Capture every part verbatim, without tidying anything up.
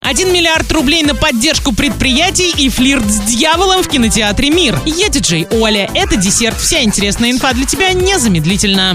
один миллиард рублей на поддержку предприятий и флирт с дьяволом в кинотеатре «Мир». Я диджей Оля. Это десерт. Вся интересная инфа для тебя незамедлительно.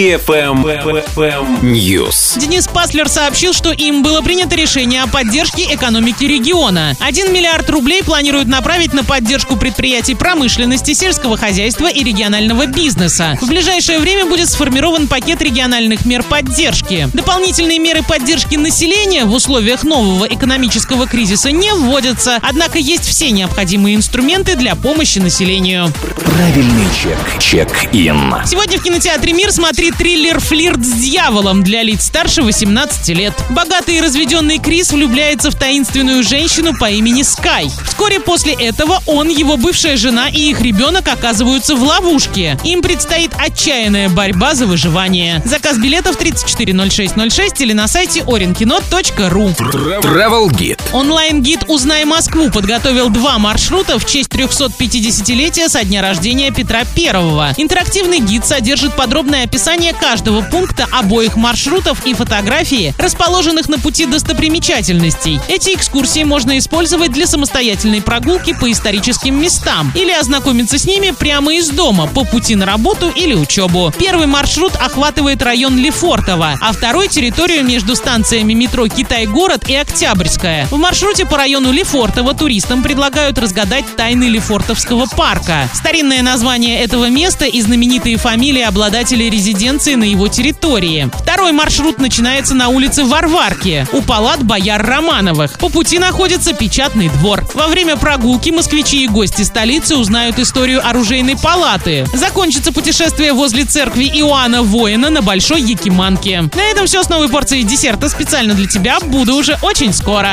News. Денис Паслер сообщил, что им было принято решение о поддержке экономики региона. один миллиард рублей планируют направить на поддержку предприятий промышленности, сельского хозяйства и регионального бизнеса. В ближайшее время будет сформирован пакет региональных мер поддержки. Дополнительные меры поддержки населения в условиях нового экономического кризиса не вводятся, однако есть все необходимые инструменты для помощи населению. Правильный чек. Чек-ин. Сегодня в кинотеатре «Мир» смотри триллер «Флирт с дьяволом» для лиц старше восемнадцати лет. Богатый и разведенный Крис влюбляется в таинственную женщину по имени Скай. Вскоре после этого он, его бывшая жена и их ребенок оказываются в ловушке. Им предстоит отчаянная борьба за выживание. Заказ билетов тридцать четыре ноль шесть ноль шесть или на сайте оренкино точка ру. Travel Guide. Онлайн-гид «Узнай Москву» подготовил два маршрута в честь трехсотпятидесятилетия со дня рождения Петра Первого. Интерактивный гид содержит подробное описание каждого пункта обоих маршрутов и фотографии, расположенных на пути достопримечательностей. Эти экскурсии можно использовать для самостоятельной прогулки по историческим местам или ознакомиться с ними прямо из дома по пути на работу или учебу. Первый маршрут охватывает район Лефортово, а второй — территорию между станциями метро «Китай-город» и «Октябрьская». В маршруте по району Лефортово туристам предлагают разгадать тайны Лефортовского парка. Старинное название этого места и знаменитые фамилии обладателей резиденции на его территории. Второй маршрут начинается на улице Варварки, у палат бояр Романовых. По пути находится Печатный двор. Во время прогулки москвичи и гости столицы узнают историю оружейной палаты. Закончится путешествие возле церкви Иоанна Воина на Большой Якиманке. На этом все с новой порцией десерта специально для тебя. Буду уже очень скоро.